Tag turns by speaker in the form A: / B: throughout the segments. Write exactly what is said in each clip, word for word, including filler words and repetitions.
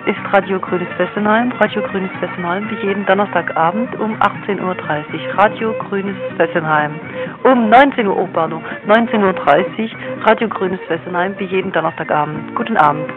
A: ist Radio Grünes Fessenheim. Radio Grünes Fessenheim wie jeden Donnerstagabend um achtzehn Uhr dreißig. Radio Grünes Fessenheim. Um neunzehn Uhr, oh pardon, neunzehn Uhr dreißig. Radio Grünes Fessenheim wie jeden Donnerstagabend. Guten Abend.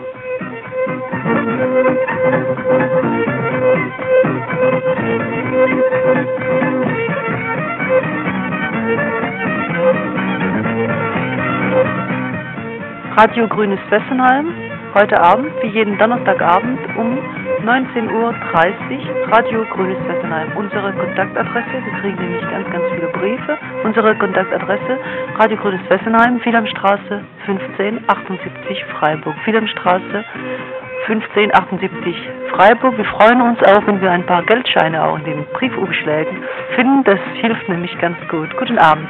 A: Radio Grünes Fessenheim, heute Abend, wie jeden Donnerstagabend um neunzehn Uhr dreißig, Radio Grünes Fessenheim. Unsere Kontaktadresse, wir kriegen nämlich ganz, ganz viele Briefe. Unsere Kontaktadresse, Radio Grünes Fessenheim, Wilhelmstraße fünfzehn achtundsiebzig Freiburg. Wilhelmstraße fünfzehn achtundsiebzig Freiburg. Wir freuen uns auch, wenn wir ein paar Geldscheine auch in den Briefumschlägen finden. Das hilft nämlich ganz gut. Guten Abend.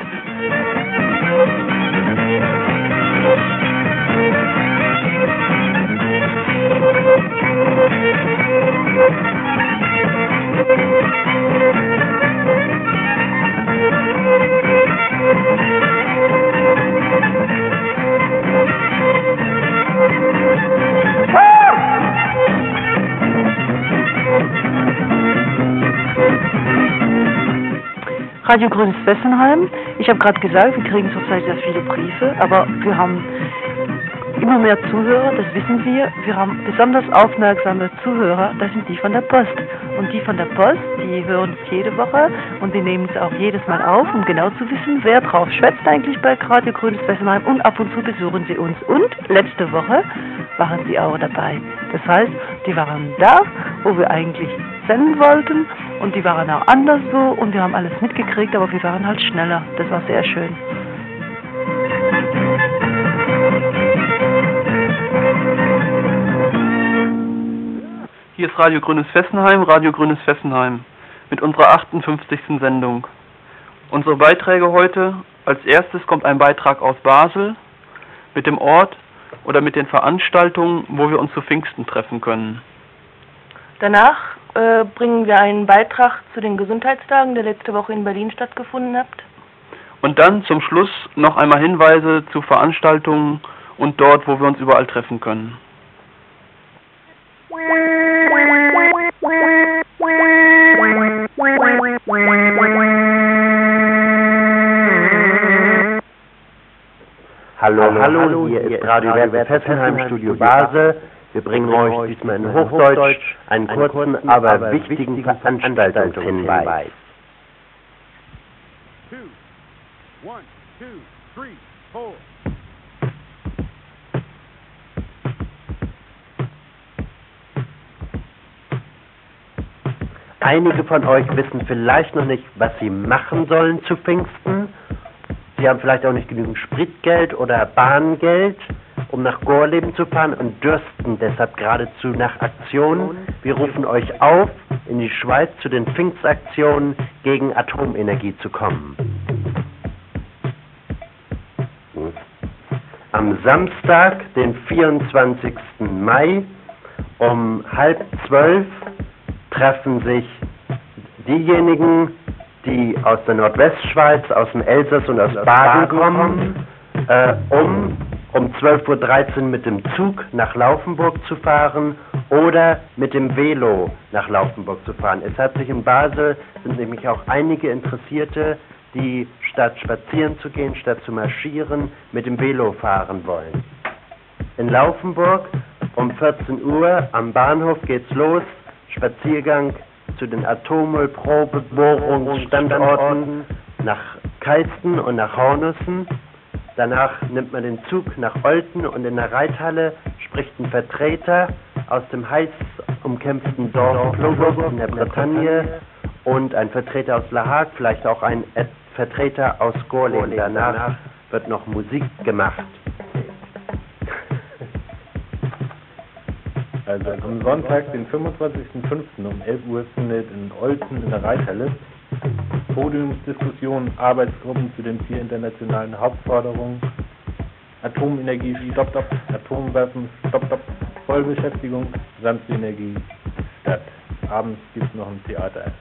A: Radio Grünes Fessenheim. Ich habe gerade gesagt, wir kriegen zurzeit sehr viele Briefe, aber wir haben immer mehr Zuhörer, das wissen wir. Wir haben besonders aufmerksame Zuhörer, das sind die von der Post. Und die von der Post, die hören es jede Woche und die nehmen es auch jedes Mal auf, um genau zu wissen, wer drauf schwätzt eigentlich bei Radio Grünes Fessenheim, und ab und zu besuchen sie uns. Und letzte Woche waren sie auch dabei. Das heißt, die waren da, wo wir eigentlich senden wollten, und die waren auch anderswo und wir haben alles mitgekriegt, aber wir waren halt schneller. Das war sehr schön.
B: Hier ist Radio Grünes Fessenheim, Radio Grünes Fessenheim mit unserer achtundfünfzigsten Sendung. Unsere Beiträge heute: als erstes kommt ein Beitrag aus Basel mit dem Ort oder mit den Veranstaltungen, wo wir uns zu Pfingsten treffen können.
C: Danach äh, bringen wir einen Beitrag zu den Gesundheitstagen, der letzte Woche in Berlin stattgefunden hat.
B: Und dann zum Schluss noch einmal Hinweise zu Veranstaltungen und dort, wo wir uns überall treffen können.
D: Hallo, hallo, hallo, hier ist Radio Werbe Fessenheim, Studio Basel. Wir bringen euch diesmal in Hochdeutsch einen kurzen, aber wichtigen Veranstaltungshinweis. One, two, three, four. Einige von euch wissen vielleicht noch nicht, was sie machen sollen zu Pfingsten. Sie haben vielleicht auch nicht genügend Spritgeld oder Bahngeld, um nach Gorleben zu fahren, und dürsten deshalb geradezu nach Aktionen. Wir rufen euch auf, in die Schweiz zu den Pfingstaktionen gegen Atomenergie zu kommen. Am Samstag, den vierundzwanzigsten Mai, um halb zwölf treffen sich diejenigen, die aus der Nordwestschweiz, aus dem Elsass und aus Baden kommen, äh, um um zwölf Uhr dreizehn mit dem Zug nach Laufenburg zu fahren oder mit dem Velo nach Laufenburg zu fahren. Es hat sich in Basel, sind nämlich auch einige Interessierte, die statt spazieren zu gehen, statt zu marschieren, mit dem Velo fahren wollen. In Laufenburg um vierzehn Uhr am Bahnhof geht's los, Spaziergang zu den Atommüllprobebohrungsstandorten nach Keisten und nach Hornussen. Danach nimmt man den Zug nach Olten, und in der Reithalle spricht ein Vertreter aus dem heiß umkämpften Dorf Plogow in der Bretagne und ein Vertreter aus La Hague, vielleicht auch ein Vertreter aus Gorleben. Danach wird noch Musik gemacht.
E: Also am Sonntag, den fünfundzwanzigsten fünften um elf Uhr findet in Olten in der Reithalle Podiumsdiskussion, Arbeitsgruppen zu den vier internationalen Hauptforderungen: Atomenergie, Stopp, Stopp, Atomwaffen, Stopp, Stopp, Vollbeschäftigung, sanfte Energie statt. Abends gibt es noch einen Theaterabend.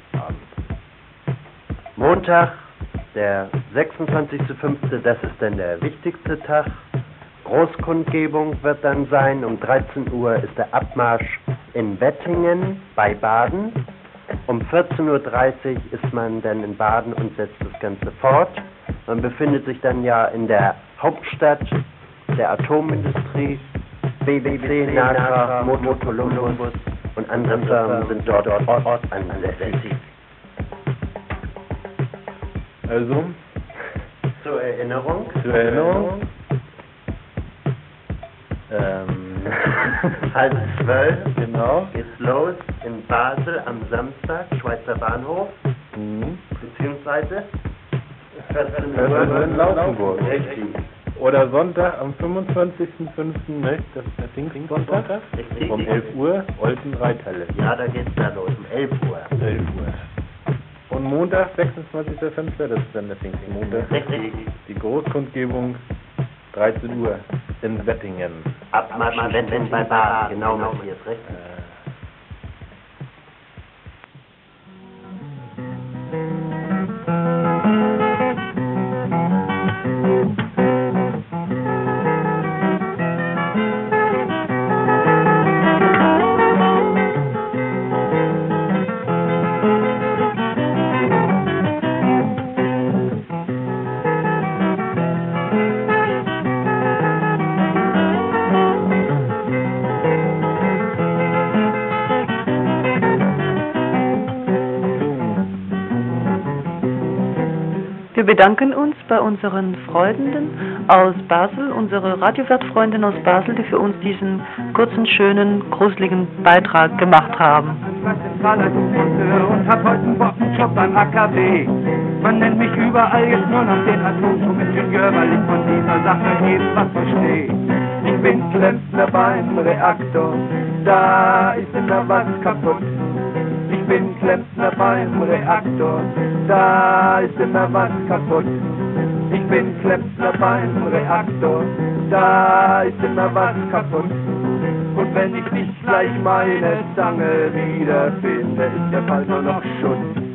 D: Montag, der sechsundzwanzigsten fünften, das ist dann der wichtigste Tag. Großkundgebung wird dann sein. Um dreizehn Uhr ist der Abmarsch in Wettingen bei Baden. Um vierzehn Uhr dreißig ist man dann in Baden und setzt das Ganze fort. Man befindet sich dann ja in der Hauptstadt der Atomindustrie. B W C, NASA, Motor Columbus und andere Firmen sind dort ortsansässig.
E: Also,
D: Zur Erinnerung.
E: zur Erinnerung, ähm,
D: Halb zwölf
E: genau,
D: geht's los in Basel am Samstag, Schweizer Bahnhof,
E: mhm.
D: beziehungsweise vierzehn
E: vierzehn Uhr in Laufenburg.
D: Richtig.
E: Oder Sonntag am fünfundzwanzigsten fünften, ne? Das ist der Pfingstsonntag,
D: Richtig.
E: um elf Uhr, Olten-Reithalle.
D: Ja, da geht's da los, um elf Uhr.
E: elf Uhr. Und Montag, sechsundzwanzigsten fünften, das ist dann der Pfingstmontag.
D: Richtig.
E: Die Großkundgebung, dreizehn Uhr in Wettingen.
D: Abmarsch Wettingen bei Baden, genau, Matthias, recht.
E: Äh,
A: Wir bedanken uns bei unseren Freunden aus Basel, unsere Radiowertfreundin aus Basel, die für uns diesen kurzen, schönen, gruseligen Beitrag gemacht haben.
F: Und hab heute einen Bockenjob beim A K W. Man nennt mich überall jetzt nur noch den Atomstromingenieur, weil ich von dieser Sache eben was verstehe. Ich bin Klempner beim Reaktor, da ist immer was kaputt. Ich bin Klempner beim Reaktor, da ist immer was kaputt. Ich bin Klempner beim Reaktor, da ist immer was kaputt. Und wenn ich nicht gleich meine Zange wiederfinde, ist der Fall nur noch Schutt.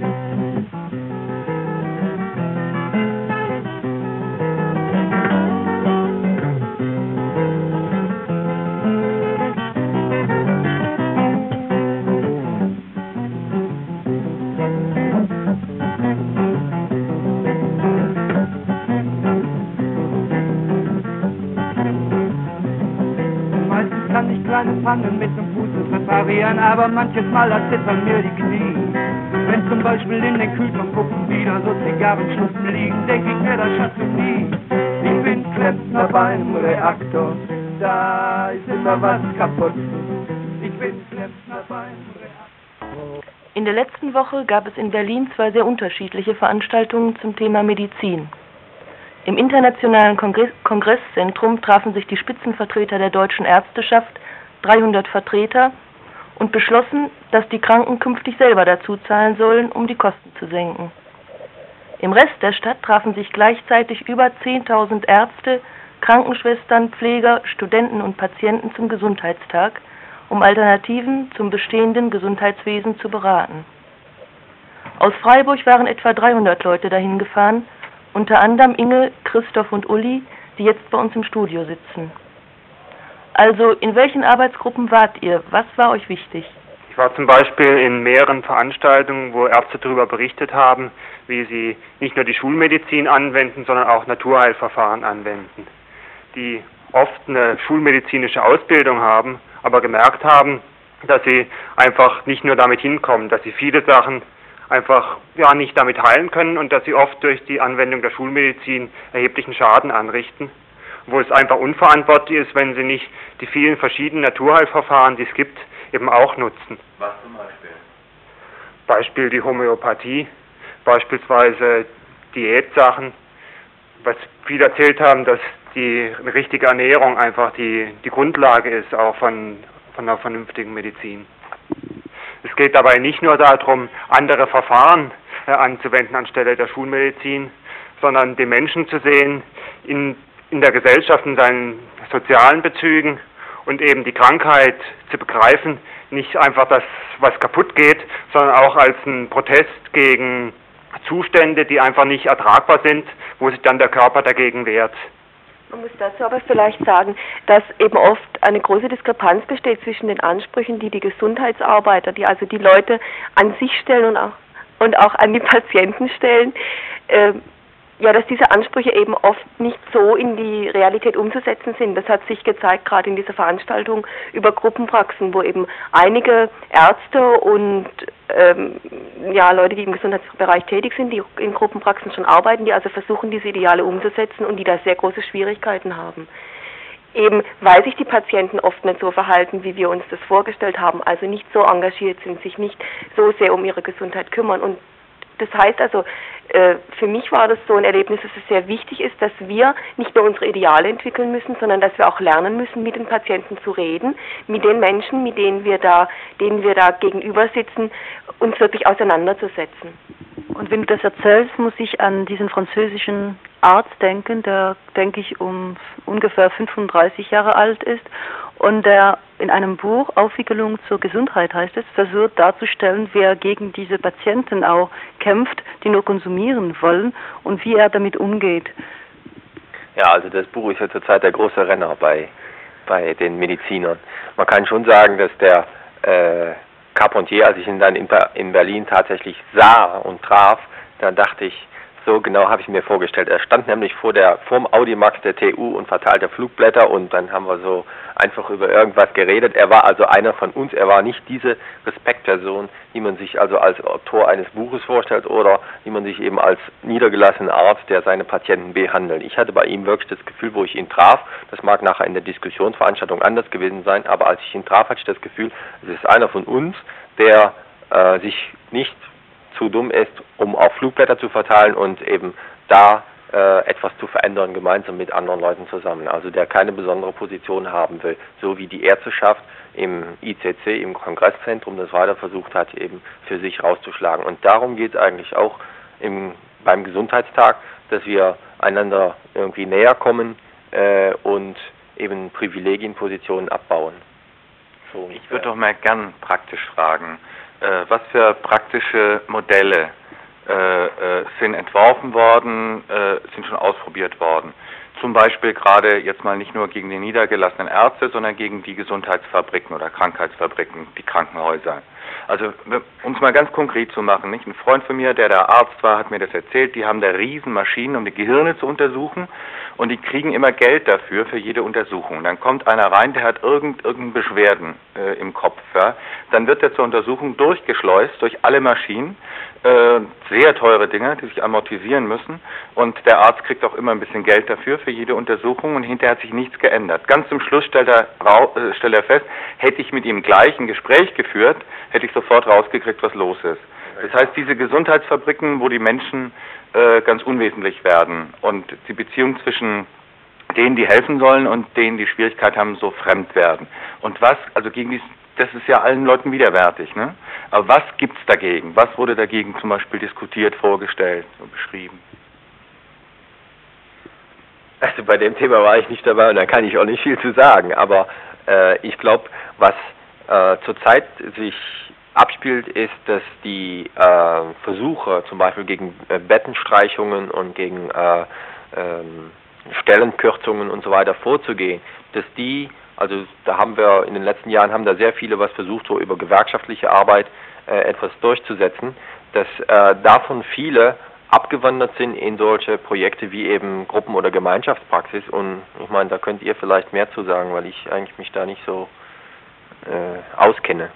F: Kann ich kleine Pannen mit dem Fuß reparieren, aber manches Mal erzittern mir die Knie. Wenn zum Beispiel in den Kühlschrankpuppen wieder so Zigarrenschnuppen liegen, denk ich mir, das schaffst du nie. Ich bin Klempner beim Reaktor, da ist immer was kaputt. Ich bin Klempner beim Reaktor.
C: In der letzten Woche gab es in Berlin zwei sehr unterschiedliche Veranstaltungen zum Thema Medizin. Im Internationalen Kongress Kongresszentrum trafen sich die Spitzenvertreter der deutschen Ärzteschaft, dreihundert Vertreter, und beschlossen, dass die Kranken künftig selber dazu zahlen sollen, um die Kosten zu senken. Im Rest der Stadt trafen sich gleichzeitig über zehntausend Ärzte, Krankenschwestern, Pfleger, Studenten und Patienten zum Gesundheitstag, um Alternativen zum bestehenden Gesundheitswesen zu beraten. Aus Freiburg waren etwa dreihundert Leute dahin gefahren, unter anderem Inge, Christoph und Uli, die jetzt bei uns im Studio sitzen. Also, in welchen Arbeitsgruppen wart ihr? Was war euch wichtig?
G: Ich war zum Beispiel in mehreren Veranstaltungen, wo Ärzte darüber berichtet haben, wie sie nicht nur die Schulmedizin anwenden, sondern auch Naturheilverfahren anwenden, die oft eine schulmedizinische Ausbildung haben, aber gemerkt haben, dass sie einfach nicht nur damit hinkommen, dass sie viele Sachen einfach ja nicht damit heilen können und dass sie oft durch die Anwendung der Schulmedizin erheblichen Schaden anrichten, wo es einfach unverantwortlich ist, wenn sie nicht die vielen verschiedenen Naturheilverfahren, die es gibt, eben auch nutzen.
H: Was zum Beispiel?
G: Beispiel die Homöopathie, beispielsweise Diätsachen, was viele erzählt haben, dass die richtige Ernährung einfach die, die Grundlage ist, auch von, von einer vernünftigen Medizin. Es geht dabei nicht nur darum, andere Verfahren äh, anzuwenden anstelle der Schulmedizin, sondern den Menschen zu sehen in, in der Gesellschaft, in seinen sozialen Bezügen und eben die Krankheit zu begreifen, nicht einfach das, was kaputt geht, sondern auch als ein Protest gegen Zustände, die einfach nicht ertragbar sind, wo sich dann der Körper dagegen wehrt.
C: Man muss dazu aber vielleicht sagen, dass eben oft eine große Diskrepanz besteht zwischen den Ansprüchen, die die Gesundheitsarbeiter, die also die Leute an sich stellen und auch, und auch an die Patienten stellen, äh, ja, dass diese Ansprüche eben oft nicht so in die Realität umzusetzen sind. Das hat sich gezeigt, gerade in dieser Veranstaltung über Gruppenpraxen, wo eben einige Ärzte und ähm, ja, Leute, die im Gesundheitsbereich tätig sind, die in Gruppenpraxen schon arbeiten, die also versuchen, diese Ideale umzusetzen und die da sehr große Schwierigkeiten haben. Eben weil sich die Patienten oft nicht so verhalten, wie wir uns das vorgestellt haben, also nicht so engagiert sind, sich nicht so sehr um ihre Gesundheit kümmern. Und das heißt also, für mich war das so ein Erlebnis, dass es sehr wichtig ist, dass wir nicht nur unsere Ideale entwickeln müssen, sondern dass wir auch lernen müssen, mit den Patienten zu reden, mit den Menschen, mit denen wir da, denen wir da gegenüber sitzen, uns wirklich auseinanderzusetzen.
A: Und wenn du das erzählst, muss ich an diesen französischen Arzt denken, der, denke ich, um ungefähr fünfunddreißig Jahre alt ist und der in einem Buch, Aufwicklung zur Gesundheit heißt es, versucht darzustellen, wie er gegen diese Patienten auch kämpft, die nur konsumieren wollen und wie er damit umgeht.
H: Ja, also das Buch ist ja zurzeit der große Renner bei, bei den Medizinern. Man kann schon sagen, dass der äh, Carpentier, als ich ihn dann in, in Berlin tatsächlich sah und traf, dann dachte ich, so genau habe ich mir vorgestellt. Er stand nämlich vor der vorm Audimax der T U und verteilte Flugblätter und dann haben wir so einfach über irgendwas geredet. Er war also einer von uns, er war nicht diese Respektperson, die man sich also als Autor eines Buches vorstellt oder die man sich eben als niedergelassener Arzt, der seine Patienten behandelt. Ich hatte bei ihm wirklich das Gefühl, wo ich ihn traf, das mag nachher in der Diskussionsveranstaltung anders gewesen sein, aber als ich ihn traf, hatte ich das Gefühl, es ist einer von uns, der äh, sich nicht zu dumm ist, um auch Flugblätter zu verteilen und eben da äh, etwas zu verändern, gemeinsam mit anderen Leuten zusammen. Also der keine besondere Position haben will, so wie die Ärzteschaft im I C C, im Kongresszentrum, das weiter versucht hat, eben für sich rauszuschlagen. Und darum geht es eigentlich auch im, beim Gesundheitstag, dass wir einander irgendwie näher kommen äh, und eben Privilegienpositionen abbauen.
I: So, ich würde doch mal gern praktisch fragen, Äh, was für praktische Modelle äh, äh, sind entworfen worden, äh, sind schon ausprobiert worden. Zum Beispiel gerade jetzt mal nicht nur gegen die niedergelassenen Ärzte, sondern gegen die Gesundheitsfabriken oder Krankheitsfabriken, die Krankenhäuser. Also um es mal ganz konkret zu machen, nicht? Ein Freund von mir, der da Arzt war, hat mir das erzählt, die haben da Riesenmaschinen, um die Gehirne zu untersuchen und die kriegen immer Geld dafür, für jede Untersuchung. Dann kommt einer rein, der hat irgend, irgendeine Beschwerden äh, im Kopf. Ja? Dann wird er zur Untersuchung durchgeschleust durch alle Maschinen, äh, sehr teure Dinge, die sich amortisieren müssen und der Arzt kriegt auch immer ein bisschen Geld dafür, für jede Untersuchung und hinterher hat sich nichts geändert. Ganz zum Schluss stellt er, äh, stellt er fest, hätte ich mit ihm gleich ein Gespräch geführt, hätte ich sofort rausgekriegt, was los ist. Das heißt, diese Gesundheitsfabriken, wo die Menschen äh, ganz unwesentlich werden und die Beziehung zwischen denen, die helfen sollen und denen, die Schwierigkeit haben, so fremd werden. Und was, also gegen dies, das ist ja allen Leuten widerwärtig, ne? Aber was gibt's dagegen? Was wurde dagegen zum Beispiel diskutiert, vorgestellt und beschrieben?
H: Also bei dem Thema war ich nicht dabei und da kann ich auch nicht viel zu sagen, aber äh, ich glaube, was äh, zurzeit sich abspielt, ist, dass die äh, Versuche zum Beispiel gegen äh, Bettenstreichungen und gegen äh, ähm, Stellenkürzungen und so weiter vorzugehen, dass die, also da haben wir in den letzten Jahren haben da sehr viele was versucht, so über gewerkschaftliche Arbeit äh, etwas durchzusetzen, dass äh, davon viele abgewandert sind in solche Projekte wie eben Gruppen- oder Gemeinschaftspraxis und ich meine, da könnt ihr vielleicht mehr zu sagen, weil ich eigentlich mich da nicht so äh, auskenne.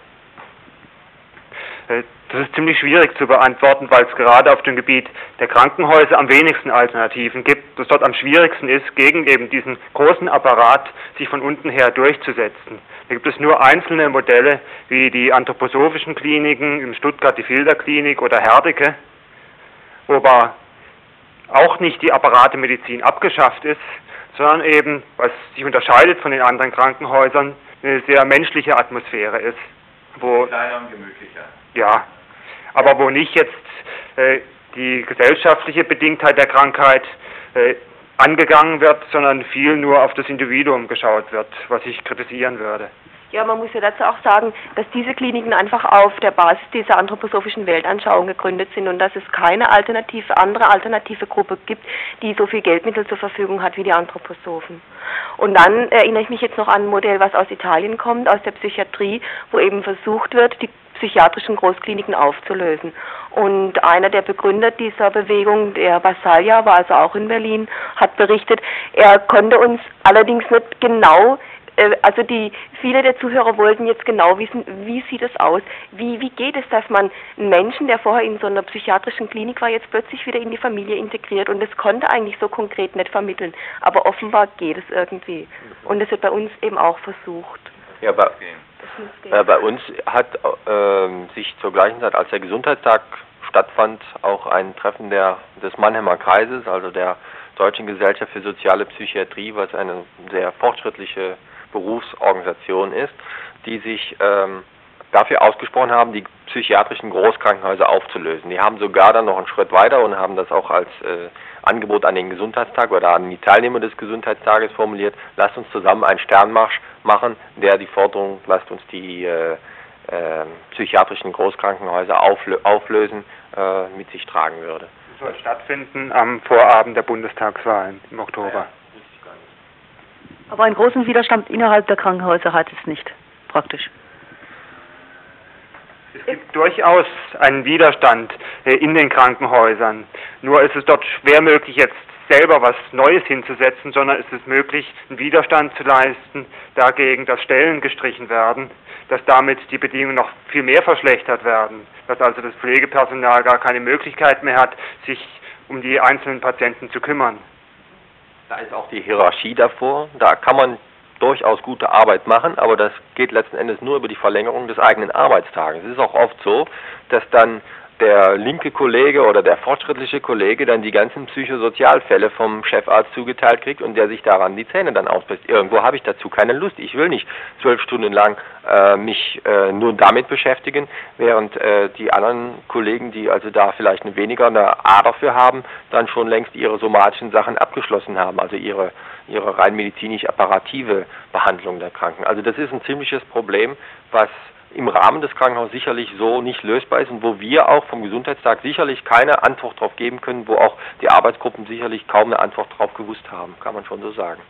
G: Das ist ziemlich schwierig zu beantworten, weil es gerade auf dem Gebiet der Krankenhäuser am wenigsten Alternativen gibt, dass dort am schwierigsten ist, gegen eben diesen großen Apparat sich von unten her durchzusetzen. Da gibt es nur einzelne Modelle, wie die anthroposophischen Kliniken, in Stuttgart die Filder-Klinik oder Herdecke, wo aber auch nicht die Apparatemedizin abgeschafft ist, sondern eben, was sich unterscheidet von den anderen Krankenhäusern, eine sehr menschliche Atmosphäre ist. Wo,
I: kleiner und gemütlicher.
G: Ja, aber wo nicht jetzt äh, die gesellschaftliche Bedingtheit der Krankheit äh, angegangen wird, sondern viel nur auf das Individuum geschaut wird, was ich kritisieren würde.
J: Ja, man muss ja dazu auch sagen, dass diese Kliniken einfach auf der Basis dieser anthroposophischen Weltanschauung gegründet sind und dass es keine alternative, andere alternative Gruppe gibt, die so viel Geldmittel zur Verfügung hat wie die Anthroposophen. Und dann erinnere ich mich jetzt noch an ein Modell, was aus Italien kommt, aus der Psychiatrie, wo eben versucht wird, die psychiatrischen Großkliniken aufzulösen. Und einer der Begründer dieser Bewegung, der Basaglia, war also auch in Berlin, hat berichtet, er konnte uns allerdings nicht genau also die, viele der Zuhörer wollten jetzt genau wissen, wie sieht es aus? Wie, wie geht es, dass man einen Menschen, der vorher in so einer psychiatrischen Klinik war, jetzt plötzlich wieder in die Familie integriert? Und das konnte eigentlich so konkret nicht vermitteln. Aber offenbar geht es irgendwie. Und das wird bei uns eben auch versucht.
H: Ja, bei, äh, bei uns hat äh, sich zur gleichen Zeit, als der Gesundheitstag stattfand, auch ein Treffen der, des Mannheimer Kreises, also der Deutschen Gesellschaft für Soziale Psychiatrie, was eine sehr fortschrittliche Berufsorganisation ist, die sich ähm, dafür ausgesprochen haben, die psychiatrischen Großkrankenhäuser aufzulösen. Die haben sogar dann noch einen Schritt weiter und haben das auch als äh, Angebot an den Gesundheitstag oder an die Teilnehmer des Gesundheitstages formuliert, lasst uns zusammen einen Sternmarsch machen, der die Forderung, lasst uns die äh, äh, psychiatrischen Großkrankenhäuser auflö auflösen, äh, mit sich tragen würde.
G: Das soll stattfinden am Vorabend der Bundestagswahlen im Oktober. Ja.
A: Aber einen großen Widerstand innerhalb der Krankenhäuser hat es nicht, praktisch.
G: Es gibt durchaus einen Widerstand äh, in den Krankenhäusern. Nur ist es dort schwer möglich, jetzt selber was Neues hinzusetzen, sondern ist es möglich, einen Widerstand zu leisten dagegen, dass Stellen gestrichen werden, dass damit die Bedingungen noch viel mehr verschlechtert werden, dass also das Pflegepersonal gar keine Möglichkeit mehr hat, sich um die einzelnen Patienten zu kümmern.
H: Da ist auch die Hierarchie davor, da kann man durchaus gute Arbeit machen, aber das geht letzten Endes nur über die Verlängerung des eigenen Arbeitstages. Es ist auch oft so, dass dann der linke Kollege oder der fortschrittliche Kollege dann die ganzen Psychosozialfälle vom Chefarzt zugeteilt kriegt und der sich daran die Zähne dann ausbeißt. Irgendwo habe ich dazu keine Lust. Ich will nicht zwölf Stunden lang äh, mich äh, nur damit beschäftigen, während äh, die anderen Kollegen, die also da vielleicht eine weniger eine Ader für haben, dann schon längst ihre somatischen Sachen abgeschlossen haben, also ihre ihre rein medizinisch-apparative Behandlung der Kranken. Also das ist ein ziemliches Problem, was im Rahmen des Krankenhauses sicherlich so nicht lösbar ist und wo wir auch vom Gesundheitstag sicherlich keine Antwort darauf geben können, wo auch die Arbeitsgruppen sicherlich kaum eine Antwort darauf gewusst haben, kann man schon so sagen.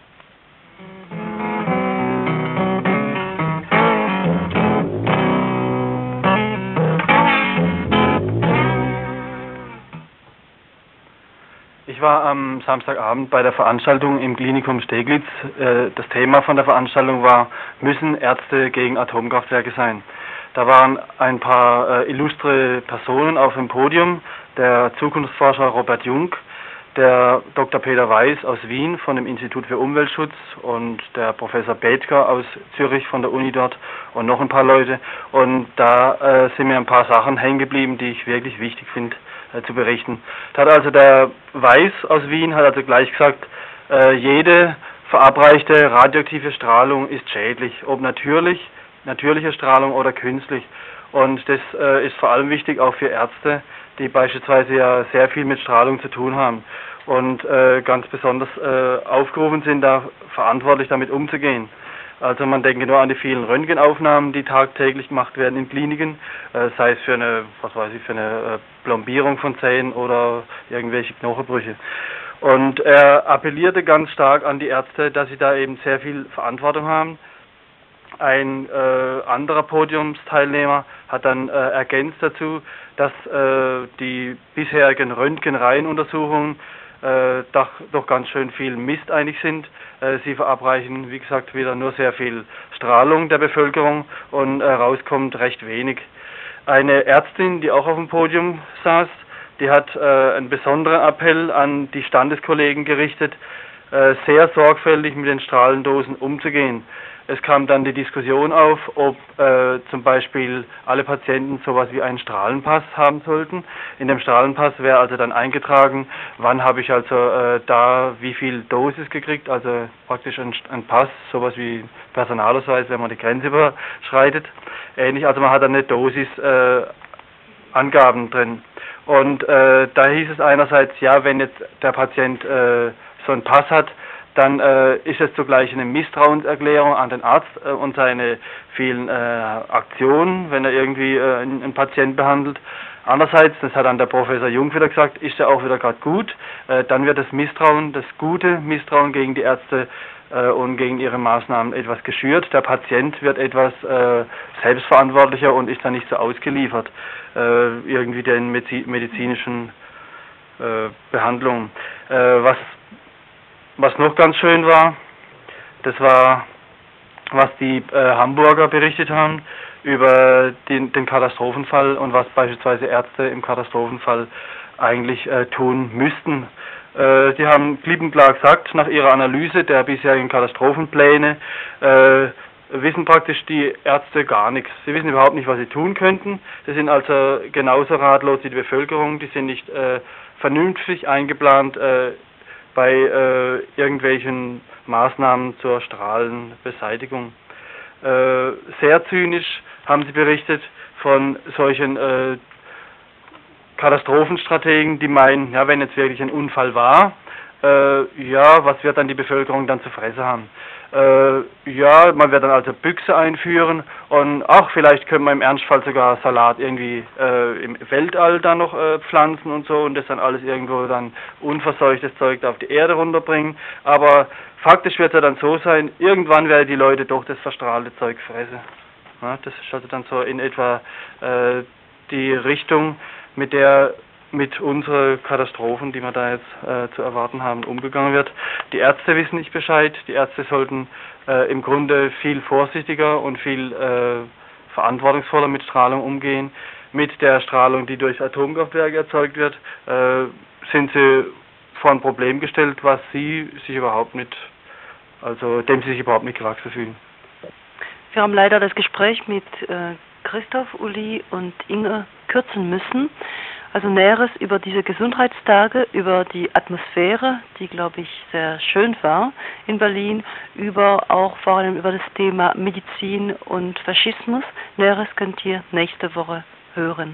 K: Ich war am Samstagabend bei der Veranstaltung im Klinikum Steglitz. Das Thema von der Veranstaltung war, müssen Ärzte gegen Atomkraftwerke sein? Da waren ein paar illustre Personen auf dem Podium, der Zukunftsforscher Robert Jung, der Doktor Peter Weiß aus Wien von dem Institut für Umweltschutz und der Professor Bethger aus Zürich von der Uni dort und noch ein paar Leute. Und da äh, sind mir ein paar Sachen hängen geblieben, die ich wirklich wichtig finde äh, zu berichten. Da hat also der Weiß aus Wien hat also gleich gesagt, äh, jede verabreichte radioaktive Strahlung ist schädlich, ob natürlich, natürliche Strahlung oder künstlich. Und das äh, ist vor allem wichtig auch für Ärzte, die beispielsweise ja sehr viel mit Strahlung zu tun haben und äh, ganz besonders äh, aufgerufen sind, da verantwortlich damit umzugehen. Also man denke nur an die vielen Röntgenaufnahmen, die tagtäglich gemacht werden in Kliniken, äh, sei es für eine, was weiß ich, für eine äh, Plombierung von Zähnen oder irgendwelche Knochenbrüche. Und er appellierte ganz stark an die Ärzte, dass sie da eben sehr viel Verantwortung haben. Ein äh, anderer Podiumsteilnehmer hat dann äh, ergänzt dazu, dass äh, die bisherigen Röntgenreihenuntersuchungen äh, doch, doch ganz schön viel Mist eigentlich sind. Äh, sie verabreichen, wie gesagt, wieder nur sehr viel Strahlung der Bevölkerung und äh, rauskommt recht wenig. Eine Ärztin, die auch auf dem Podium saß, die hat äh, einen besonderen Appell an die Standeskollegen gerichtet, äh, sehr sorgfältig mit den Strahlendosen umzugehen. Es kam dann die Diskussion auf, ob äh, zum Beispiel alle Patienten sowas wie einen Strahlenpass haben sollten. In dem Strahlenpass wäre also dann eingetragen, wann habe ich also äh, da wie viel Dosis gekriegt, also praktisch ein, ein Pass, sowas wie Personalausweis, wenn man die Grenze überschreitet. Ähnlich, also man hat dann eine Dosis äh, Angaben drin. Und äh, da hieß es einerseits, ja, wenn jetzt der Patient äh, so einen Pass hat, dann äh, ist es zugleich eine Misstrauenserklärung an den Arzt äh, und seine vielen äh, Aktionen, wenn er irgendwie äh, einen, einen Patient behandelt. Andererseits, das hat dann der Professor Jung wieder gesagt, ist er auch wieder gerade gut, äh, dann wird das Misstrauen, das gute Misstrauen gegen die Ärzte äh, und gegen ihre Maßnahmen etwas geschürt. Der Patient wird etwas äh, selbstverantwortlicher und ist dann nicht so ausgeliefert äh, irgendwie den medizinischen äh, Behandlungen. Äh, was, was noch ganz schön war, das war, was die äh, Hamburger berichtet haben über den, den Katastrophenfall und was beispielsweise Ärzte im Katastrophenfall eigentlich äh, tun müssten. Äh, die haben klipp und klar gesagt, nach ihrer Analyse der bisherigen Katastrophenpläne äh, wissen praktisch die Ärzte gar nichts. Sie wissen überhaupt nicht, was sie tun könnten. Sie sind also genauso ratlos wie die Bevölkerung. Die sind nicht äh, vernünftig eingeplant äh, bei äh, irgendwelchen Maßnahmen zur Strahlenbeseitigung. Äh, sehr zynisch haben sie berichtet von solchen äh, Katastrophenstrategen, die meinen, ja, wenn jetzt wirklich ein Unfall war, äh, ja, was wird dann die Bevölkerung dann zu fressen haben? Äh, ja, man wird dann also Büchse einführen und ach, vielleicht können wir im Ernstfall sogar Salat irgendwie äh, im Weltall dann noch äh, pflanzen und so und das dann alles irgendwo dann unverseuchtes Zeug da auf die Erde runterbringen. Aber faktisch wird es ja dann so sein, irgendwann werden die Leute doch das verstrahlte Zeug fressen. Ja, das ist also dann so in etwa äh, die Richtung, mit der mit unseren Katastrophen, die wir da jetzt äh, zu erwarten haben, umgegangen wird. Die Ärzte wissen nicht Bescheid. Die Ärzte sollten äh, im Grunde viel vorsichtiger und viel äh, verantwortungsvoller mit Strahlung umgehen. Mit der Strahlung, die durch Atomkraftwerke erzeugt wird, äh, sind sie vor ein Problem gestellt, was sie sich überhaupt nicht, also dem sie sich überhaupt nicht gewachsen fühlen.
A: Wir haben leider das Gespräch mit äh, Christoph, Uli und Inge kürzen müssen. Also Näheres über diese Gesundheitstage, über die Atmosphäre, die, glaube ich, sehr schön war in Berlin, über auch vor allem über das Thema Medizin und Faschismus. Näheres könnt ihr nächste Woche hören.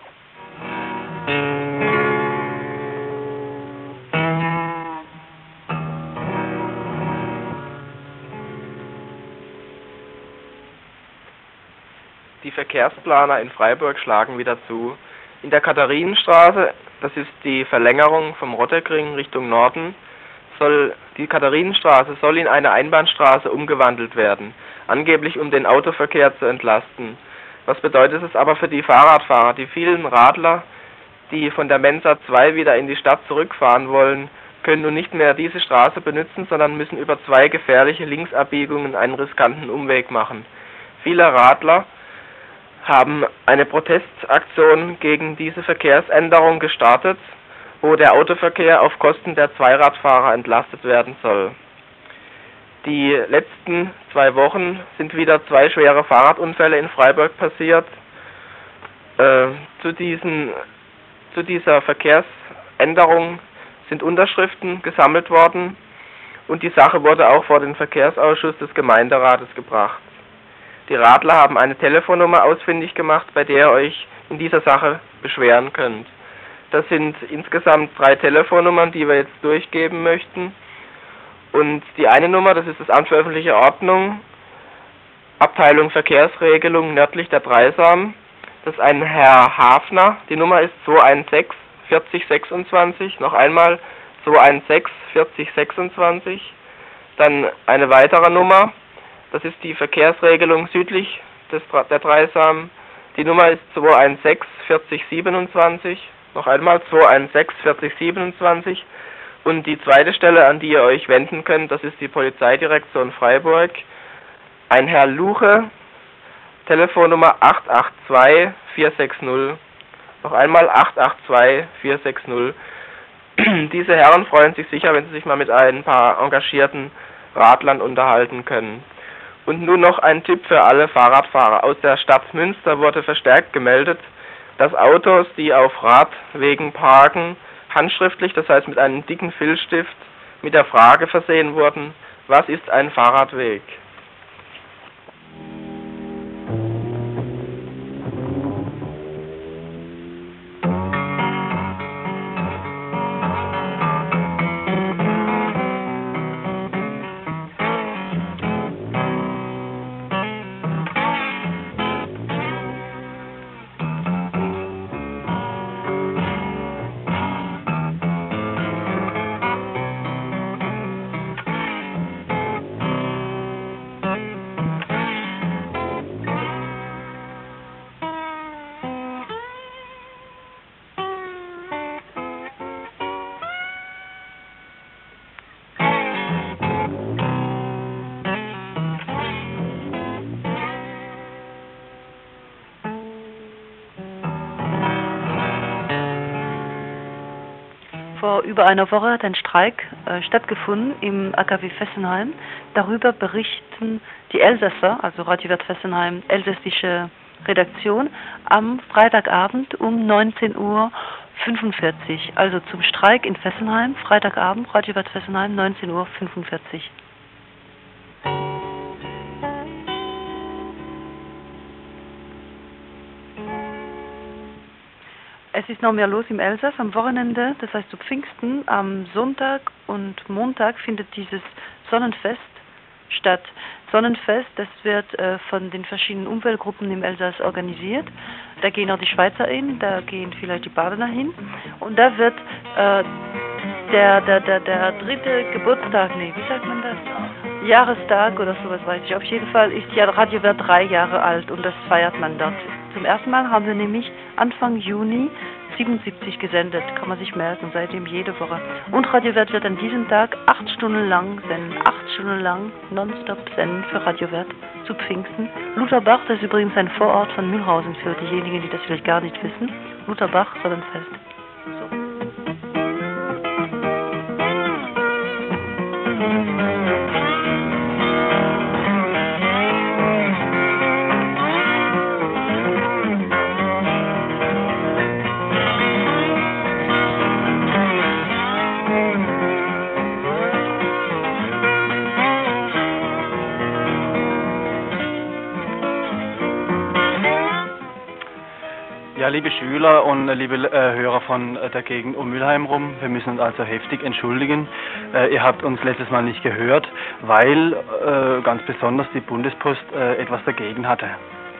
L: Die Verkehrsplaner in Freiburg schlagen wieder zu. In der Katharinenstraße, das ist die Verlängerung vom Rotterkring Richtung Norden, soll die Katharinenstraße soll in eine Einbahnstraße umgewandelt werden, angeblich um den Autoverkehr zu entlasten. Was bedeutet es aber für die Fahrradfahrer? Die vielen Radler, die von der Mensa zwei wieder in die Stadt zurückfahren wollen, können nun nicht mehr diese Straße benutzen, sondern müssen über zwei gefährliche Linksabbiegungen einen riskanten Umweg machen. Viele Radler haben eine Protestaktion gegen diese Verkehrsänderung gestartet, wo der Autoverkehr auf Kosten der Zweiradfahrer entlastet werden soll. Die letzten zwei Wochen sind wieder zwei schwere Fahrradunfälle in Freiburg passiert. Äh, zu, diesen, zu dieser Verkehrsänderung sind Unterschriften gesammelt worden und die Sache wurde auch vor den Verkehrsausschuss des Gemeinderates gebracht. Die Radler haben eine Telefonnummer ausfindig gemacht, bei der ihr euch in dieser Sache beschweren könnt. Das sind insgesamt drei Telefonnummern, die wir jetzt durchgeben möchten. Und die eine Nummer, das ist das Amt für öffentliche Ordnung, Abteilung Verkehrsregelung nördlich der Dreisam. Das ist ein Herr Hafner. Die Nummer ist zwei eins sechs vierzig sechsundzwanzig. Noch einmal zwei eins sechs vierzig sechsundzwanzig. Dann eine weitere Nummer. Das ist die Verkehrsregelung südlich des, der Dreisam. Die Nummer ist zwei eins sechs vierzig siebenundzwanzig. Noch einmal zwei eins sechs vierzig siebenundzwanzig. Und die zweite Stelle, an die ihr euch wenden könnt, das ist die Polizeidirektion Freiburg. Ein Herr Luche, Telefonnummer acht acht zwei vier sechs null. Noch einmal acht acht zwei vier sechs null. Diese Herren freuen sich sicher, wenn sie sich mal mit ein paar engagierten Radlern unterhalten können. Und nun noch ein Tipp für alle Fahrradfahrer. Aus der Stadt Münster wurde verstärkt gemeldet, dass Autos, die auf Radwegen parken, handschriftlich, das heißt mit einem dicken Filzstift, mit der Frage versehen wurden, was ist ein Fahrradweg?
A: Vor über einer Woche hat ein Streik äh, stattgefunden im A K W Fessenheim. Darüber berichten die Elsasser, also Radio Wert Fessenheim, elsässische Redaktion, am Freitagabend um neunzehn Uhr fünfundvierzig. Also zum Streik in Fessenheim, Freitagabend, Radio Wert Fessenheim, neunzehn Uhr fünfundvierzig. Es ist noch mehr los im Elsass am Wochenende, das heißt zu Pfingsten. Am Sonntag und Montag findet dieses Sonnenfest statt. Sonnenfest, das wird äh, von den verschiedenen Umweltgruppen im Elsass organisiert. Da gehen auch die Schweizer hin, da gehen vielleicht die Badener hin. Und da wird äh, der, der, der, der dritte Geburtstag, nee, wie sagt man das? Jahrestag oder sowas weiß ich. Auf jeden Fall ist ja Radio Wert drei Jahre alt und das feiert man dort. Zum ersten Mal haben wir nämlich Anfang Juni siebenundsiebzig gesendet, kann man sich merken, seitdem jede Woche. Und Radio Wert wird an diesem Tag acht Stunden lang senden, acht Stunden lang nonstop senden für Radio Wert zu Pfingsten. Lutherbach, das ist übrigens ein Vorort von Mühlhausen für diejenigen, die das vielleicht gar nicht wissen. Lutherbach, Sonnenfest. So.
K: Ja, liebe Schüler und äh, liebe äh, Hörer von äh, der Gegend um Mülheim rum, wir müssen uns also heftig entschuldigen. Äh, ihr habt uns letztes Mal nicht gehört, weil äh, ganz besonders die Bundespost äh, etwas dagegen hatte.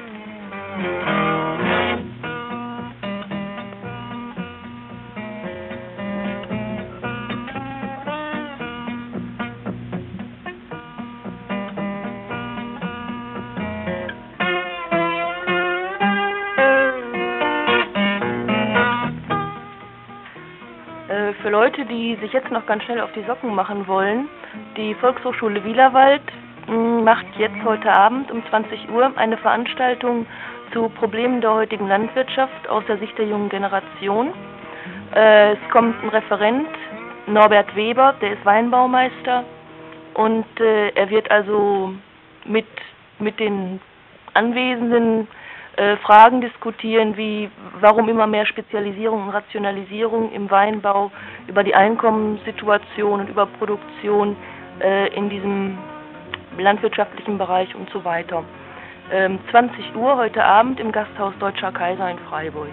C: Für Leute, die sich jetzt noch ganz schnell auf die Socken machen wollen, die Volkshochschule Wielerwald macht jetzt heute Abend um zwanzig Uhr eine Veranstaltung zu Problemen der heutigen Landwirtschaft aus der Sicht der jungen Generation. Es kommt ein Referent, Norbert Weber, der ist Weinbaumeister und er wird also mit, mit den Anwesenden Fragen diskutieren, wie warum immer mehr Spezialisierung und Rationalisierung im Weinbau, über die Einkommenssituation und über Produktion äh, in diesem landwirtschaftlichen Bereich und so weiter. Ähm, zwanzig Uhr heute Abend im Gasthaus Deutscher Kaiser in Freiburg.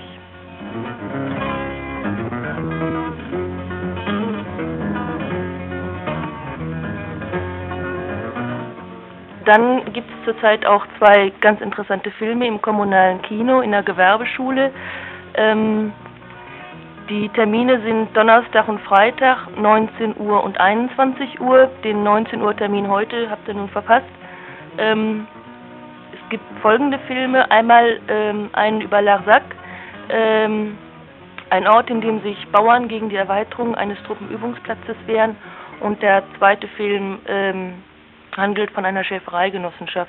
C: Dann gibt es zurzeit auch zwei ganz interessante Filme im kommunalen Kino, in der Gewerbeschule. Ähm, die Termine sind Donnerstag und Freitag, neunzehn Uhr und einundzwanzig Uhr. Den neunzehn Uhr Termin heute habt ihr nun verpasst. Ähm, es gibt folgende Filme. Einmal ähm, einen über Larzac, ähm, ein Ort, in dem sich Bauern gegen die Erweiterung eines Truppenübungsplatzes wehren. Und der zweite Film ähm, handelt von einer Schäfereigenossenschaft.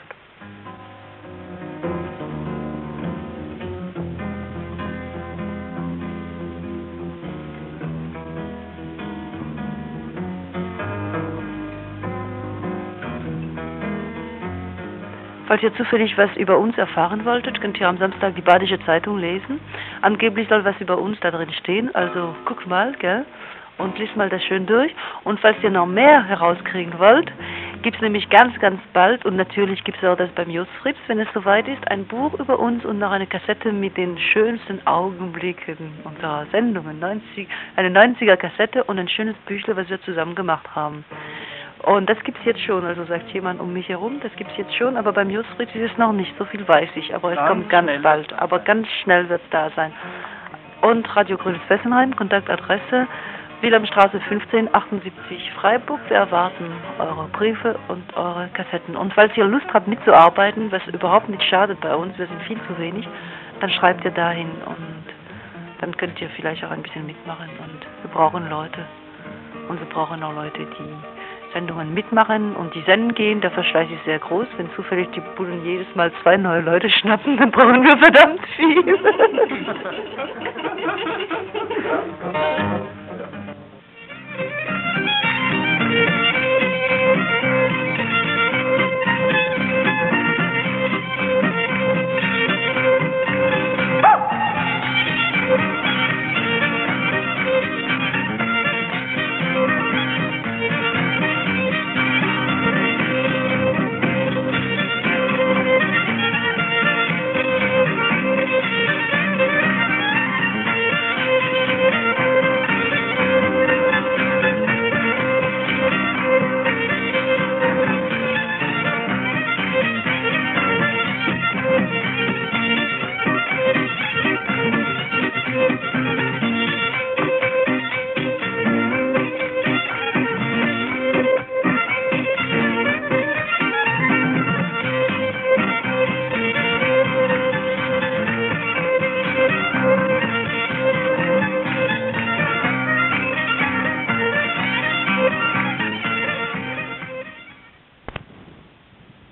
A: Falls ihr zufällig was über uns erfahren wolltet, könnt ihr am Samstag die Badische Zeitung lesen. Angeblich soll was über uns da drin stehen, also guckt mal, gell? Und liest mal das schön durch. Und falls ihr noch mehr herauskriegen wollt, gibt es nämlich ganz, ganz bald, und natürlich gibt es auch das beim Just Fritz, wenn es soweit ist, ein Buch über uns und noch eine Kassette mit den schönsten Augenblicken unserer Sendungen. neunzig, eine neunziger Kassette und ein schönes Büchle, was wir zusammen gemacht haben. Und das gibt es jetzt schon, also sagt jemand um mich herum, das gibt es jetzt schon, aber beim Just Fritz ist es noch nicht, so viel weiß ich, aber es ganz kommt ganz bald, aber ganz schnell wird es da sein. Und Radio Grünes Fessenheim, Kontaktadresse Wilhelmstraße fünfzehn achtundsiebzig Freiburg. Wir erwarten eure Briefe und eure Kassetten. Und falls ihr Lust habt mitzuarbeiten, was überhaupt nicht schadet bei uns, wir sind viel zu wenig, dann schreibt ihr dahin und dann könnt ihr vielleicht auch ein bisschen mitmachen. Und wir brauchen Leute. Und wir brauchen auch Leute, die Sendungen mitmachen und die senden gehen. Der Verschleiß ist sehr groß. Wenn zufällig die Bullen jedes Mal zwei neue Leute schnappen, dann brauchen wir verdammt viel.